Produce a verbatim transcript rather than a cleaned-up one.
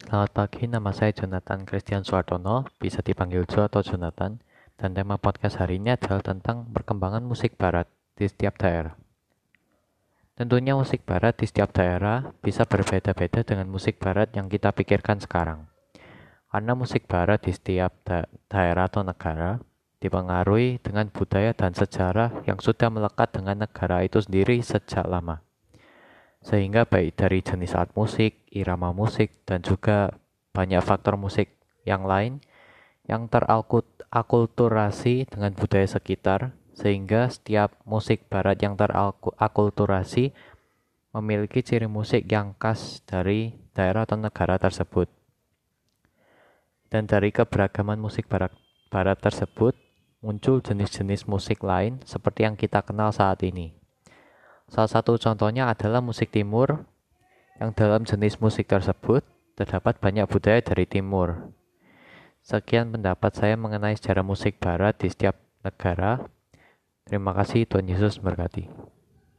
Selamat pagi, nama saya Jonathan Christian Suardono, bisa dipanggil Jo atau Jonathan, dan tema podcast hari ini adalah tentang perkembangan musik barat di setiap daerah. Tentunya musik barat di setiap daerah bisa berbeda-beda dengan musik barat yang kita pikirkan sekarang. Karena musik barat di setiap da daerah atau negara dipengaruhi dengan budaya dan sejarah yang sudah melekat dengan negara itu sendiri sejak lama. Sehingga baik dari jenis alat musik, irama musik, dan juga banyak faktor musik yang lain yang terakulturasi dengan budaya sekitar, sehingga setiap musik barat yang terakulturasi memiliki ciri musik yang khas dari daerah atau negara tersebut. Dan dari keberagaman musik barat, barat tersebut, muncul jenis-jenis musik lain seperti yang kita kenal saat ini. Salah satu contohnya adalah musik timur, yang dalam jenis musik tersebut terdapat banyak budaya dari timur. Sekian pendapat saya mengenai sejarah musik barat di setiap negara. Terima kasih, Tuhan Yesus memberkati.